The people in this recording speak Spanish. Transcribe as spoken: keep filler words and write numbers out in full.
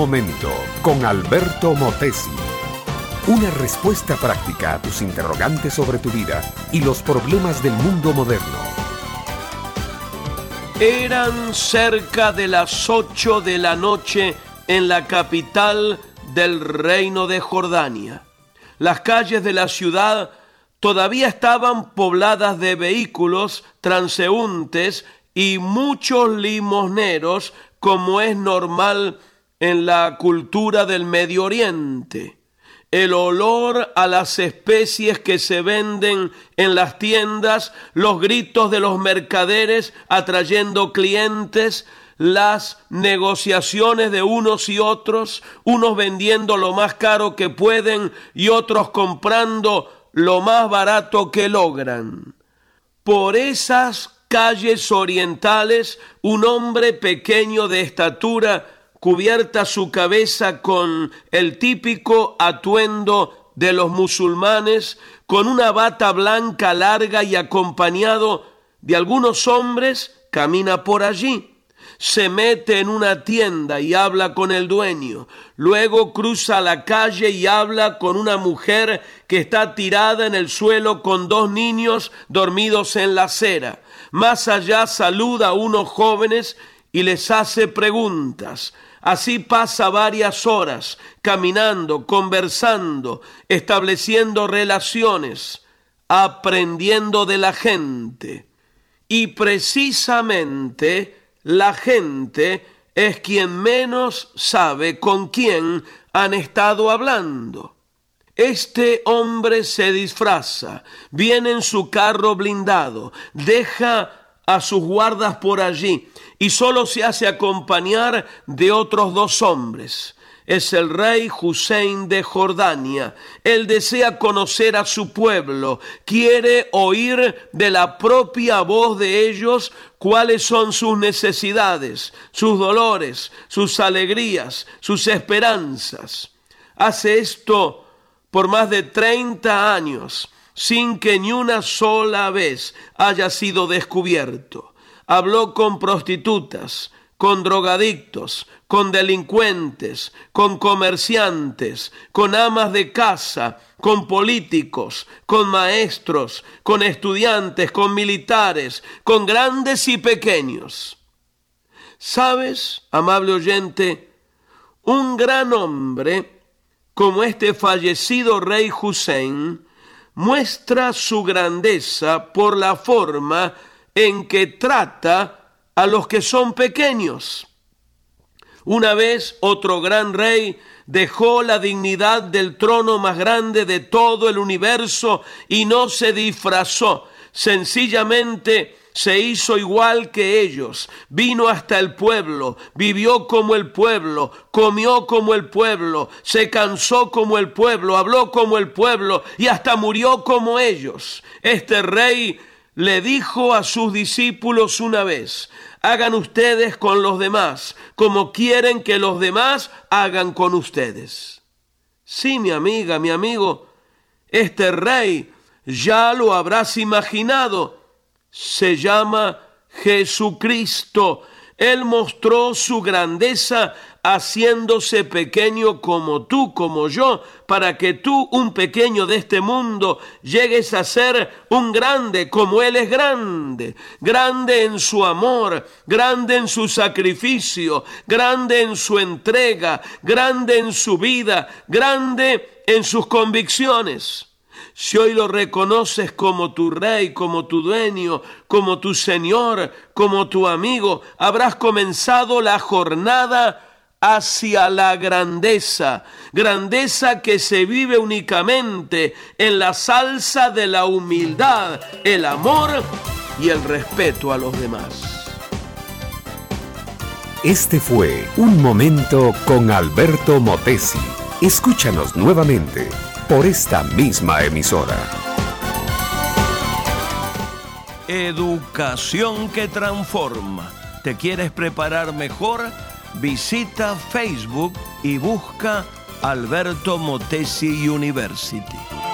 momento con Alberto Motesi. Una respuesta práctica a tus interrogantes sobre tu vida y los problemas del mundo moderno. Eran cerca de las ocho de la noche en la capital del reino de Jordania. Las calles de la ciudad todavía estaban pobladas de vehículos transeúntes y muchos limosneros, como es normal en la cultura del Medio Oriente. El olor a las especies que se venden en las tiendas, los gritos de los mercaderes atrayendo clientes, las negociaciones de unos y otros, unos vendiendo lo más caro que pueden y otros comprando lo más barato que logran. Por esas calles orientales, un hombre pequeño de estatura, cubierta su cabeza con el típico atuendo de los musulmanes, con una bata blanca larga y acompañado de algunos hombres, camina por allí. Se mete en una tienda y habla con el dueño. Luego cruza la calle y habla con una mujer que está tirada en el suelo con dos niños dormidos en la acera. Más allá saluda a unos jóvenes y les hace preguntas. Así pasa varias horas, caminando, conversando, estableciendo relaciones, aprendiendo de la gente. Y precisamente la gente es quien menos sabe con quién han estado hablando. Este hombre se disfraza, viene en su carro blindado, deja a sus guardas por allí y solo se hace acompañar de otros dos hombres. Es el rey Hussein de Jordania. Él desea conocer a su pueblo, quiere oír de la propia voz de ellos cuáles son sus necesidades, sus dolores, sus alegrías, sus esperanzas. Hace esto por más de treinta años, sin que ni una sola vez haya sido descubierto. Habló con prostitutas, con drogadictos, con delincuentes, con comerciantes, con amas de casa, con políticos, con maestros, con estudiantes, con militares, con grandes y pequeños. ¿Sabes, amable oyente? Un gran hombre como este fallecido rey Hussein muestra su grandeza por la forma en que trata a los que son pequeños. Una vez otro gran rey dejó la dignidad del trono más grande de todo el universo y no se disfrazó, sencillamente se hizo igual que ellos, vino hasta el pueblo, vivió como el pueblo, comió como el pueblo, se cansó como el pueblo, habló como el pueblo y hasta murió como ellos. Este rey le dijo a sus discípulos una vez: hagan ustedes con los demás como quieren que los demás hagan con ustedes. Sí, mi amiga, mi amigo, este rey, ya lo habrás imaginado, se llama Jesucristo. Él mostró su grandeza haciéndose pequeño como tú, como yo, para que tú, un pequeño de este mundo, llegues a ser un grande como Él es grande. Grande en su amor, grande en su sacrificio, grande en su entrega, grande en su vida, grande en sus convicciones. Si hoy lo reconoces como tu rey, como tu dueño, como tu señor, como tu amigo, habrás comenzado la jornada hacia la grandeza, grandeza que se vive únicamente en la salsa de la humildad, el amor y el respeto a los demás. Este fue Un Momento con Alberto Motesi. Escúchanos nuevamente por esta misma emisora. Educación que transforma. ¿Te quieres preparar mejor? Visita Facebook y busca Alberto Motesi University.